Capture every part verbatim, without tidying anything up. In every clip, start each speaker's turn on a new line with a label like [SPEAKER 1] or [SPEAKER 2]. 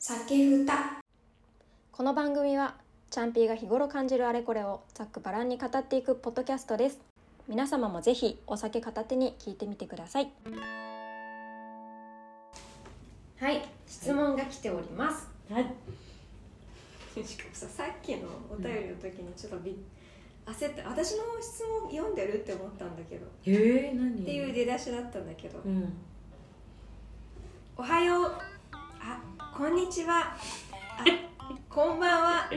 [SPEAKER 1] 酒ふた。
[SPEAKER 2] この番組はチャンピーが日頃感じるあれこれをざっくばらんに語っていくポッドキャストです。皆様もぜひお酒片手に聞いてみてください。
[SPEAKER 1] はい、質問が来ております。
[SPEAKER 2] はい。
[SPEAKER 1] しかもさ、さっきのお便りの時にちょっとび、うん、焦って、私の質問読んでるって思ったんだけど、
[SPEAKER 2] えー、何
[SPEAKER 1] っていう出だしだったんだけど、
[SPEAKER 2] うん、
[SPEAKER 1] おはよう、あ、こんにちは、あ、こんばんは。ん？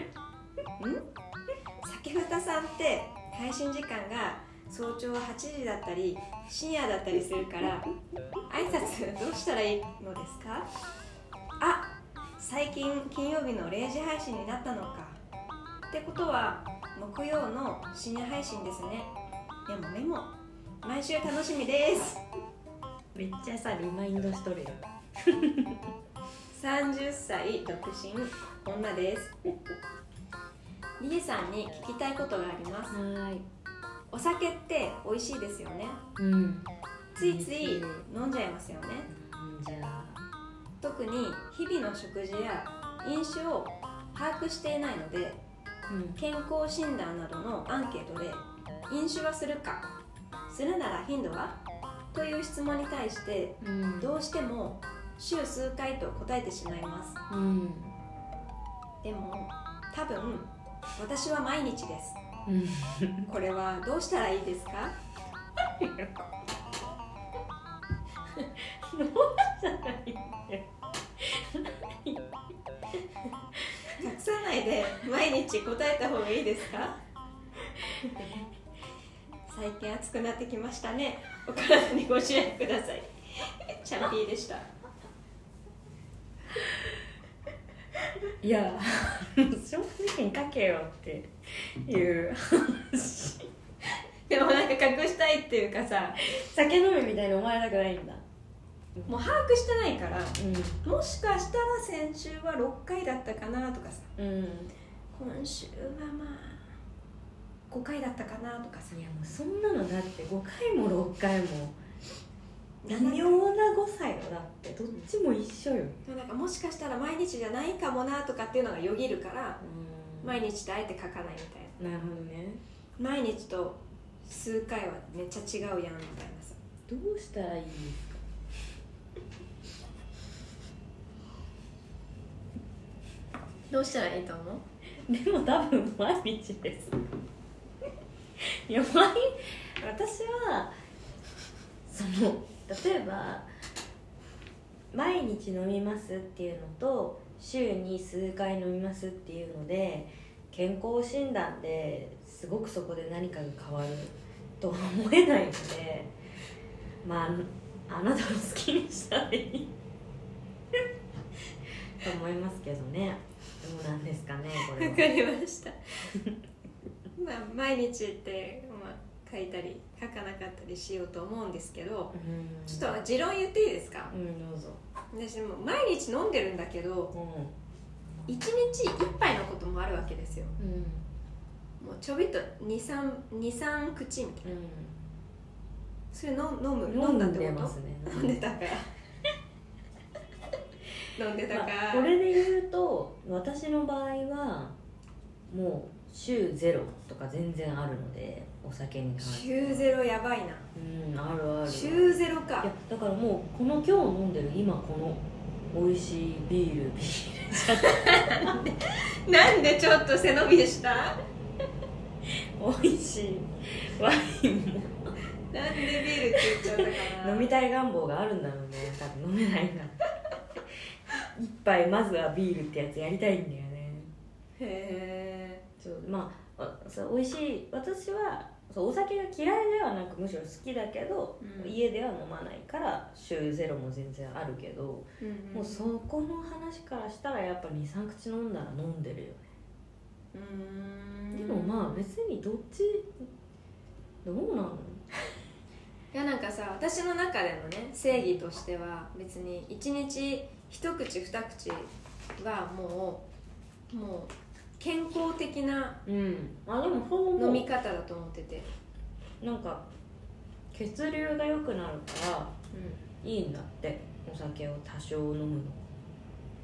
[SPEAKER 1] 酒ふたさんって配信時間が早朝はちじだったり深夜だったりするから挨拶どうしたらいいのですか？あ、最近金曜日のれいじ配信になったのか。ってことは木曜の深夜配信ですね。メモメモ、毎週楽しみです。
[SPEAKER 2] めっちゃさリマインドしとるよ。
[SPEAKER 1] さんじゅっさい独身女です。リエさんに聞きたいことがあります。
[SPEAKER 2] はい。
[SPEAKER 1] お酒って美味しいですよね。
[SPEAKER 2] うん。
[SPEAKER 1] ついつい飲んじゃいますよね。
[SPEAKER 2] じゃあ
[SPEAKER 1] 特に日々の食事や飲酒を把握していないので、うん、健康診断などのアンケートで飲酒はするか、するなら頻度はという質問に対して、うん、どうしても週数回と答えてしまいます。うん、でも多分私は毎日です。うん、これはどうしたらいいですか？
[SPEAKER 2] どうしたらいいんだよ。
[SPEAKER 1] 隠さないで毎日答えた方がいいですか？最近暑くなってきましたね。お体にご自愛ください。チャンピーでした。
[SPEAKER 2] いや、正直に書けよっていう話。
[SPEAKER 1] でもなんか隠したいっていうかさ、
[SPEAKER 2] 酒飲みみたいに思われたくないんだ。
[SPEAKER 1] もう把握してないから、うん、もしかしたら先週はろっかいだったかなとかさ、うん、今週はまあごかいだったかなとかさ。
[SPEAKER 2] いやもうそんなのだってごかいもろっかいも微妙なごさいよ。だってどっちも一緒よ。
[SPEAKER 1] なんかもしかしたら毎日じゃないかもなとかっていうのがよぎるから、うん、毎日とあえて書かないみたいな。
[SPEAKER 2] なるほどね。
[SPEAKER 1] 毎日と数回はめっちゃ違うやんみたいなさ。
[SPEAKER 2] どうしたらいいですか？
[SPEAKER 1] どうしたらいいと思
[SPEAKER 2] う？でも多分毎日です。いや、毎私はその例えば毎日飲みますっていうのと週に数回飲みますっていうので健康診断ですごくそこで何かが変わるとは思えないので、まああなたの好きにしたらいいと思いますけどね。どうなんですかね、これは。
[SPEAKER 1] わかりましたまあ毎日って、まあ、書いたり書かなかったりしようと思うんですけど、うん、ちょっと持論言っていいですか？
[SPEAKER 2] うん、どうぞ。
[SPEAKER 1] 私も毎日飲んでるんだけど、うん、いちにちいっぱいのこともあるわけですよ、うん、もうちょびっとにさん口みたいな、うん、それの飲む飲んだってこと？飲んでますね。飲んでたから飲んでたか、
[SPEAKER 2] まあ、これで言うと私の場合はもう週ゼロとか全然あるので、お酒に関して
[SPEAKER 1] 週ゼロやばいな。
[SPEAKER 2] うん、あるある。
[SPEAKER 1] 週ゼロか。
[SPEAKER 2] いやだからもうこの今日飲んでる今この美味しいビールビールじゃ
[SPEAKER 1] なんでなんでちょっと背伸びした
[SPEAKER 2] 美味しいワインも
[SPEAKER 1] なんでビールって言っちゃったかな。
[SPEAKER 2] 飲みたい願望があるんだろうね。多分飲めないな一杯まずはビールってやつやりたいんだよね。
[SPEAKER 1] へー。
[SPEAKER 2] そう、まあそう美味しい。私はそうお酒が嫌いではなくむしろ好きだけど、うん、家では飲まないから週ゼロも全然あるけど、うんうん、もうそこの話からしたらやっぱ にさん口飲んだら飲んでるよね。うーん、でもまあ別にどっちどうなの？
[SPEAKER 1] いやなんかさ、私の中でのね正義としては別にいちにち一口二口はもうもう健康的な飲み方だと思ってて、
[SPEAKER 2] うん、なんか血流が良くなるから、うん、いいんだって、お酒を多少飲むの。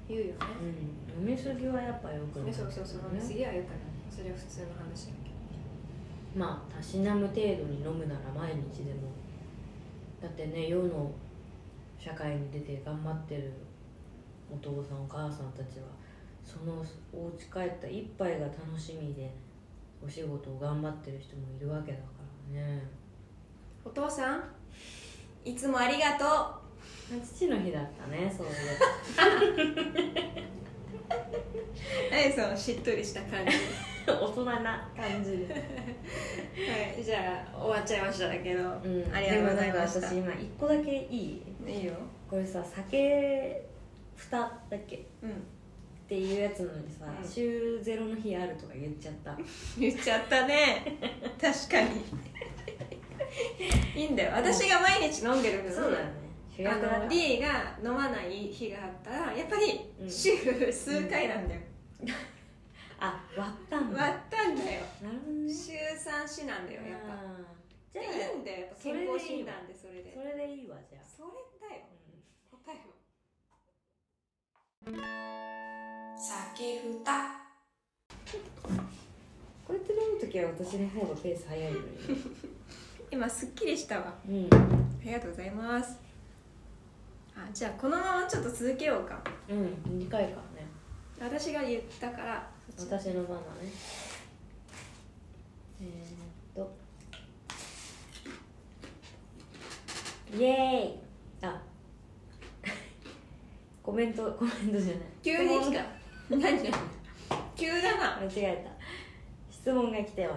[SPEAKER 1] 言うよね、
[SPEAKER 2] うん、飲みすぎはやっぱ良くない、ね、
[SPEAKER 1] そうそうそう飲みすぎは良くない。それは普通の話だけど、
[SPEAKER 2] まあたしなむ程度に飲むなら毎日でも。だってね、世の社会に出て頑張ってるお父さんお母さんたちはそのお家帰った一杯が楽しみでお仕事を頑張ってる人もいるわけだからね。
[SPEAKER 1] お父さんいつもありがとう。
[SPEAKER 2] 父の日だったね、そうで
[SPEAKER 1] 何そのしっとりした感じ
[SPEAKER 2] 大人な感じで
[SPEAKER 1] はい、じゃあ終わっちゃいましたけど、うん、ありがとうございました。
[SPEAKER 2] でもなんか私今一個だけいい？
[SPEAKER 1] いいよ。
[SPEAKER 2] これさ、酒蓋だっけ、
[SPEAKER 1] うん、
[SPEAKER 2] っていうやつのにさ、うん、週ゼロの日あるとか言っちゃった
[SPEAKER 1] 言っちゃったね確かにいいんだよ、私が毎日飲んでる分、
[SPEAKER 2] そうだよね、主役だから。あの
[SPEAKER 1] D が飲まない日があったらやっぱり週数回なんだよ、うん
[SPEAKER 2] あ、割ったんだ。
[SPEAKER 1] 割ったんだよ。
[SPEAKER 2] なるほどね。
[SPEAKER 1] 週さんしなんだよ、やっぱ。
[SPEAKER 2] じゃあ
[SPEAKER 1] いいんだよ、やっぱ健康診断でそれで。
[SPEAKER 2] それでいいわ、じゃあ。
[SPEAKER 1] それだよ、うん、答えは。酒ふた。
[SPEAKER 2] こうやって飲むときは私の方がペース早いのに。
[SPEAKER 1] 今すっきりしたわ。
[SPEAKER 2] うん。
[SPEAKER 1] ありがとうございます。あ、じゃあこのままちょっと続けようか。
[SPEAKER 2] うん、にかいからね。
[SPEAKER 1] 私が言ったから
[SPEAKER 2] 私の番だね。えー、っとイエーイ。あコメントコメントじゃない、
[SPEAKER 1] 急に来た何何急だな。
[SPEAKER 2] 間違えた。質問が来てます。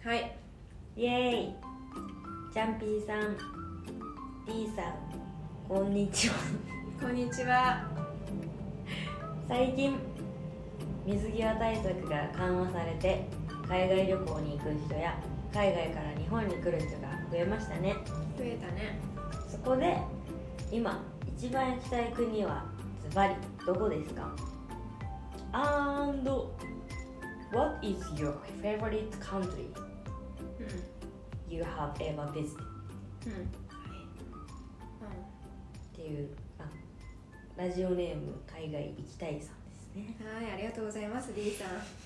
[SPEAKER 1] はい、
[SPEAKER 2] イエーイ。ジャンピーさん、 D さん、こんにちは。
[SPEAKER 1] こんにちは。
[SPEAKER 2] 最近水際対策が緩和されて海外旅行に行く人や海外から日本に来る人が増えましたね。
[SPEAKER 1] 増えたね。
[SPEAKER 2] そこで今一番行きたい国はズバリどこですか？ And what is your favorite country you have ever visited?
[SPEAKER 1] うん、
[SPEAKER 2] っていう、あ、ラジオネーム海外行きたいさんですね。
[SPEAKER 1] はい、ありがとうございます D さん。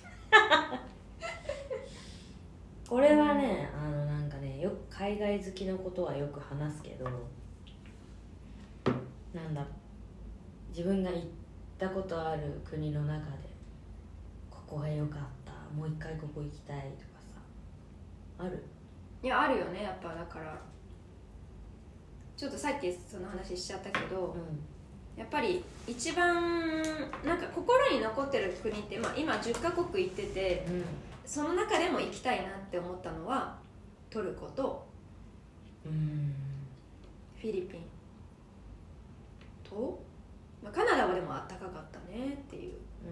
[SPEAKER 2] これはね、あのなんかね、よく海外好きのことはよく話すけど、なんだ、自分が行ったことある国の中でここが良かった、もう一回ここ行きたいとかさ、ある？
[SPEAKER 1] いや、あるよね。やっぱだからちょっとさっきその話しちゃったけど、うん、やっぱり一番なんか心に残ってる国って、まあ、今じゅっカ国行ってて、うん、その中でも行きたいなって思ったのはトルコと、うん、フィリピンと、まあ、カナダはでもあったかかったねっていう、うん、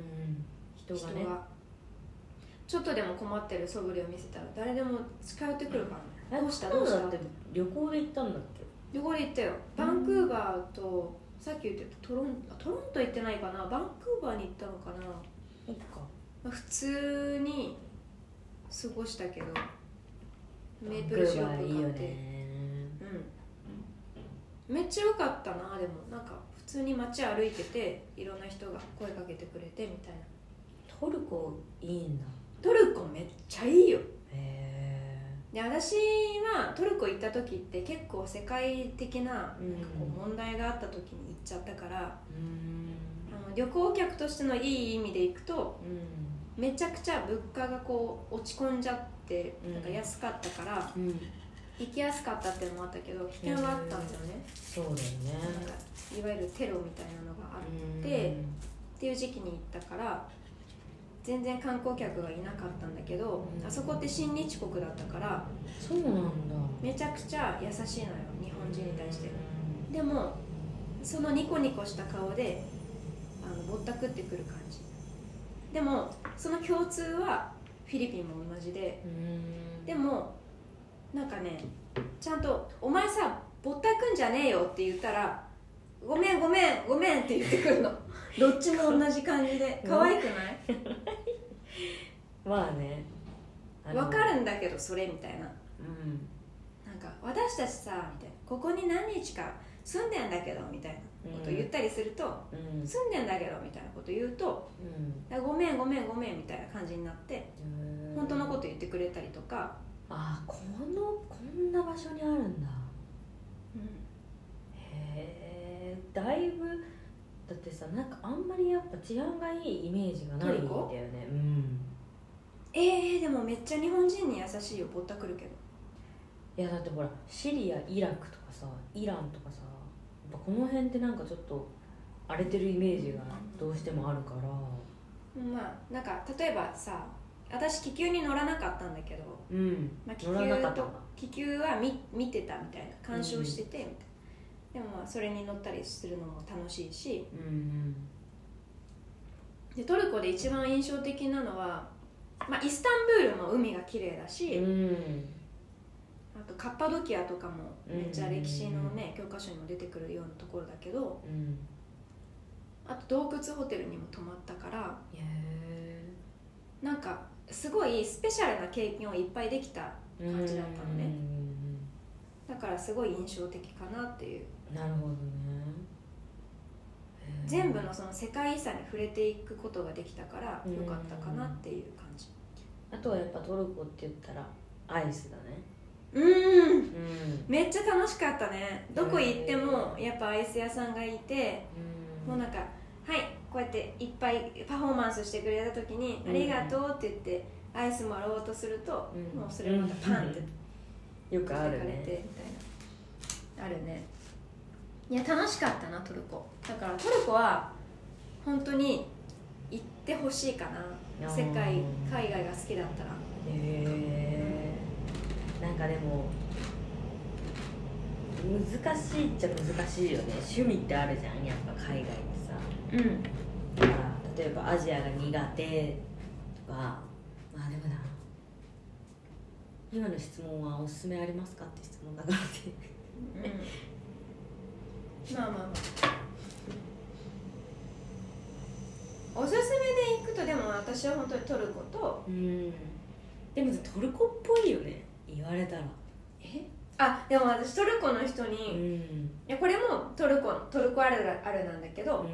[SPEAKER 2] 人がね、
[SPEAKER 1] 人がちょっとでも困ってる素振りを見せたら誰でも近寄ってくるからね、うん、どうしたどうしたって。
[SPEAKER 2] 旅行で行ったんだっけ？
[SPEAKER 1] 旅行で行ったよ。バンクーバーと、うん、さっき言ってたトロント、トロント行ってないかな、バンクーバーに行ったのかな。
[SPEAKER 2] そっか、
[SPEAKER 1] まあ、普通に過ごしたけど、メープルシロップ買って、いいよね、うん、めっちゃ良かったな。でもなんか普通に街歩いてていろんな人が声かけてくれてみたいな。
[SPEAKER 2] トルコいいんだ。
[SPEAKER 1] トルコめっちゃいいよ。
[SPEAKER 2] へ
[SPEAKER 1] で、私はトルコ行った時って結構世界的な、 なんかこう問題があった時に行っちゃったから、うん、あの旅行客としてのいい意味で行くと、うん、めちゃくちゃ物価がこう落ち込んじゃって、うん、なんか安かったから、うん、行きやすかったっていうのもあったけど危険はあったんだよね。
[SPEAKER 2] そうだよね。
[SPEAKER 1] なんかいわゆるテロみたいなのがあって、うん、っていう時期に行ったから全然観光客がいなかったんだけど、うん、あそこって親日国だったから、
[SPEAKER 2] そうなんだ、
[SPEAKER 1] めちゃくちゃ優しいのよ、日本人に対して。でもそのニコニコした顔であのぼったくってくる感じ。でもその共通はフィリピンも同じで、でもなんかね、ちゃんとお前さぼったくんじゃねえよって言ったらごめんごめんごめんって言ってくるの。どっちも同じ感じで可愛くない？
[SPEAKER 2] まあね、
[SPEAKER 1] 分かるんだけどそれみたいな、うん、なんか私たちさみたいな、ここに何日か住んでんだけどみたいなこと言ったりすると、うん、住んでんだけどみたいなここと言うと、
[SPEAKER 2] うん、
[SPEAKER 1] ごめんごめんごめんみたいな感じになって本当のこと言ってくれたりとか。
[SPEAKER 2] あ、このこんな場所にあるんだ、
[SPEAKER 1] うん、
[SPEAKER 2] へえ。だいぶだってさ、なんかあんまりやっぱ治安がいいイメージがないんだよね。うん、
[SPEAKER 1] えー、でもめっちゃ日本人に優しいよ、ぼったくるけど。
[SPEAKER 2] いやだってほらシリア、イラクとかさ、イランとかさ、やっぱこの辺ってなんかちょっと荒れてるイメージがどうしてもあるから、
[SPEAKER 1] まあなんか例えばさ、私気球に乗らなかったんだけど、
[SPEAKER 2] うん、
[SPEAKER 1] まあ、気
[SPEAKER 2] 乗らなかった
[SPEAKER 1] 球と
[SPEAKER 2] んだ。
[SPEAKER 1] 気球は 見, 見てたみたいな、鑑賞しててみたいな、でもまあそれに乗ったりするのも楽しいし、
[SPEAKER 2] うんうん、
[SPEAKER 1] でトルコで一番印象的なのは、まあ、イスタンブールも海が綺麗だし、
[SPEAKER 2] うん、
[SPEAKER 1] あとカッパドキアとかもめっちゃ歴史のね、教科書にも出てくるようなところだけど、
[SPEAKER 2] うん、
[SPEAKER 1] あと洞窟ホテルにも泊まったから、
[SPEAKER 2] へー、
[SPEAKER 1] なんかすごいスペシャルな経験をいっぱいできた感じだったのね、だからすごい印象的かなっていう。
[SPEAKER 2] なるほどね。
[SPEAKER 1] 全部のその世界遺産に触れていくことができたからよかったかなっていう感じ。
[SPEAKER 2] あとはやっぱトルコって言ったらアイスだね。
[SPEAKER 1] うーん、
[SPEAKER 2] うん、
[SPEAKER 1] めっちゃ楽しかったね。どこ行ってもやっぱアイス屋さんがいて、
[SPEAKER 2] うん、
[SPEAKER 1] もうなんかはいこうやっていっぱいパフォーマンスしてくれた時に、うん、ありがとうって言ってアイスもらおうとすると、うん、もうそれまたパンって、
[SPEAKER 2] うん、よくあるね。
[SPEAKER 1] みたいなあるね。いや楽しかったなトルコ。だからトルコは本当に行ってほしいかな、世界海外が好きだったら。
[SPEAKER 2] へえー、なんかでも難しいっちゃ難しいよね。趣味ってあるじゃん、やっぱ海外ってさ。
[SPEAKER 1] うん。
[SPEAKER 2] だから例えばアジアが苦手とか、まあでもな、今の質問はおすすめありますかって質問だからね。
[SPEAKER 1] うん、まあまあまあ。おすすめで行くと、でも私は本当にトルコと、
[SPEAKER 2] うん、でもトルコっぽいよね、言われたら。
[SPEAKER 1] えあ、でも私トルコの人に、うん、いやこれもトルコトルコあるあるなんだけど、うん、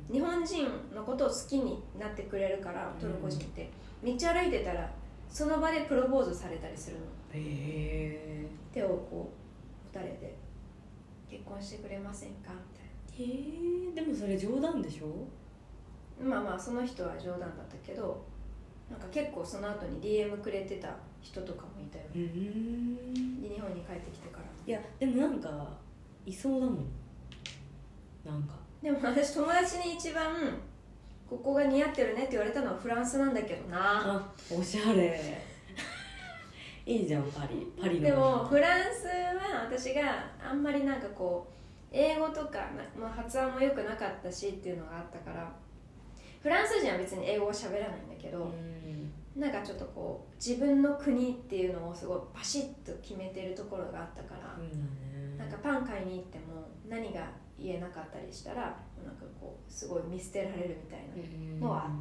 [SPEAKER 1] 日本人のことを好きになってくれるから、トルコ人って、うん、道歩いてたらその場でプロポーズされたりするの。へえ。手をこうふたりで結婚してくれませんかみたいな。
[SPEAKER 2] へえ。でもそれ冗談でしょ。
[SPEAKER 1] まあまあその人は冗談だったけど、なんか結構その後に ディーエム くれてた人とかもいたよね。うん、で日本に帰ってきてから。
[SPEAKER 2] いやでもなんかいそうだもん。なんか
[SPEAKER 1] でも私友達に一番ここが似合ってるねって言われたのはフランスなんだけどな。
[SPEAKER 2] あ、おしゃれ。いいじゃん、パリパリの。
[SPEAKER 1] でもフランスは私があんまりなんかこう英語とか、まあ、発音も良くなかったしっていうのがあったから、フランス人は別に英語を喋らないんだけど、うん、なんかちょっとこう自分の国っていうのをすごいバシッと決めてるところがあったから、うん、なんかパン買いに行っても何が言えなかったりしたらなんかこうすごい見捨てられるみたいなのはあった、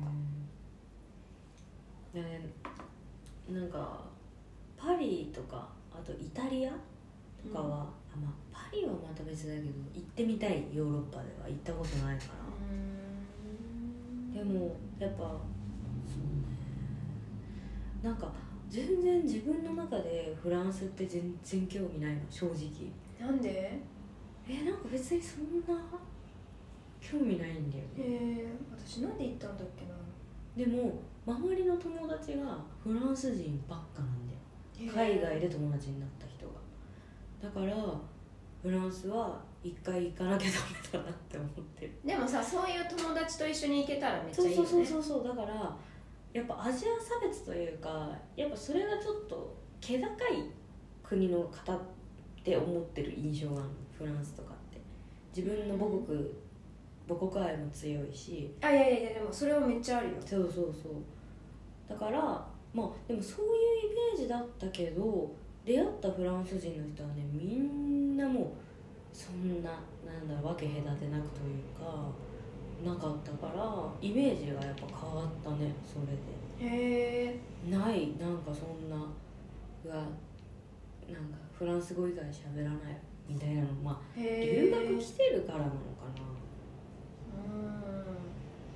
[SPEAKER 2] うんね、なんかパリとかあとイタリアとかは、うん、あ、まあ、パリはまた別だけど行ってみたい。ヨーロッパでは行ったことないから、うん、でもやっぱそうね、なんか全然自分の中でフランスって全然興味ないの、正直。
[SPEAKER 1] なんで？
[SPEAKER 2] え、なんか別にそんな興味ないんだよね。
[SPEAKER 1] えー、私なんで行ったんだっけな。
[SPEAKER 2] でも周りの友達がフランス人ばっかなんだよ、海外で友達になった人が。だからフランスは一回行かなきゃダメだなって思ってる。
[SPEAKER 1] でもさ、そういう友達と一緒に行けたらめっちゃいいよね。
[SPEAKER 2] そうそうそうそう。だからやっぱアジア差別というか、やっぱそれがちょっと気高い国の方って思ってる印象があるの、フランスとかって。自分の母国、母国愛も強いし。
[SPEAKER 1] あ、いやいやいや、でもそれはめっちゃあるよ。
[SPEAKER 2] そうそうそう。だからまあでもそういうイメージだったけど、出会ったフランス人の人はね、みんなもうそんな、なんだろう、分け隔てなくというかなかったから、イメージがやっぱ変わったね、それで。
[SPEAKER 1] へ
[SPEAKER 2] え。ない、なんかそんなうわ、なんかフランス語以外喋らないみたいなの、まあ留学来てるからなのかな。うん、分か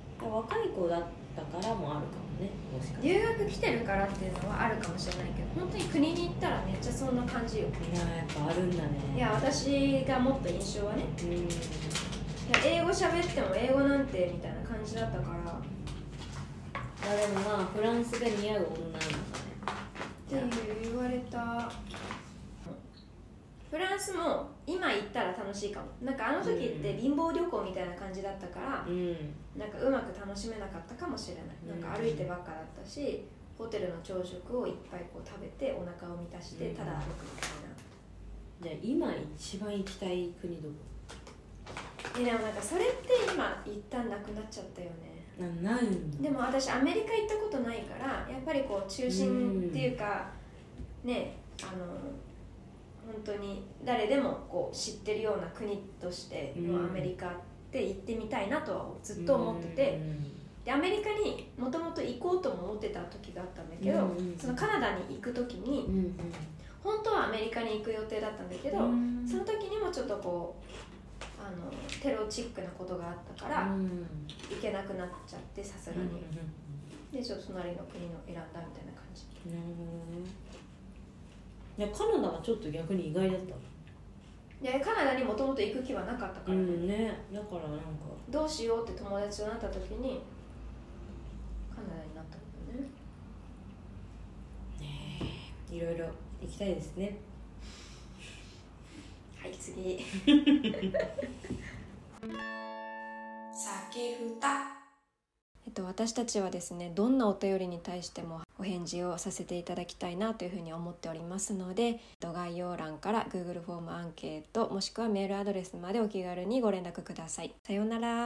[SPEAKER 2] 若い子だったからもあるかもね、もしかして
[SPEAKER 1] 留学来てるからっていうのはあるかもしれないけど、本当に国に行ったらめっちゃそんな感じよ。
[SPEAKER 2] いややっぱあるんだね。
[SPEAKER 1] いや私が持った印象はね、
[SPEAKER 2] うん、
[SPEAKER 1] いや英語喋っても英語なんてみたいな感じだったから。
[SPEAKER 2] いやでもまあフランスが似合う女なんだね
[SPEAKER 1] って言われた。フランスも今行ったら楽しいかも。なんかあの時って貧乏旅行みたいな感じだったから、
[SPEAKER 2] うん、
[SPEAKER 1] なんかうまく楽しめなかったかもしれない。なんか歩いてばっかだったし、ホテルの朝食をいっぱいこう食べてお腹を満たしてただ歩くみたいな。
[SPEAKER 2] じゃあ今一番行きたい国どこ？
[SPEAKER 1] えでもなんかそれって今一旦なくなっちゃったよね。
[SPEAKER 2] なないんだ。
[SPEAKER 1] でも私アメリカ行ったことないからやっぱりこう中心っていうか、うん、ね、あの本当に誰でもこう知ってるような国としてのアメリカって行ってみたいなとはずっと思ってて、うん、でアメリカにもともと行こうとも思ってた時があったんだけど、うん、そのカナダに行く時に、うん、本当はアメリカに行く予定だったんだけど、うん、その時にもちょっとこうあのテロチックなことがあったから、うん、行けなくなっちゃってさすがに、うん、でちょっと隣の国の選んだみたいな感じ。
[SPEAKER 2] なるほどね。いやカナダはちょっと逆に意外だった。
[SPEAKER 1] いやカナダにもともと行く気はなかったから、ね、
[SPEAKER 2] うんね、だからなんか
[SPEAKER 1] どうしようって友達となった時にカナダになったんだよね。
[SPEAKER 2] ねえ、いろいろ行きたいですね。
[SPEAKER 1] はい次酒ふた。えっと、私たちはですねどんなお便りに対してもお返事をさせていただきたいなというふうに思っておりますので、概要欄から Google フォームアンケートもしくはメールアドレスまでお気軽にご連絡ください。さようなら。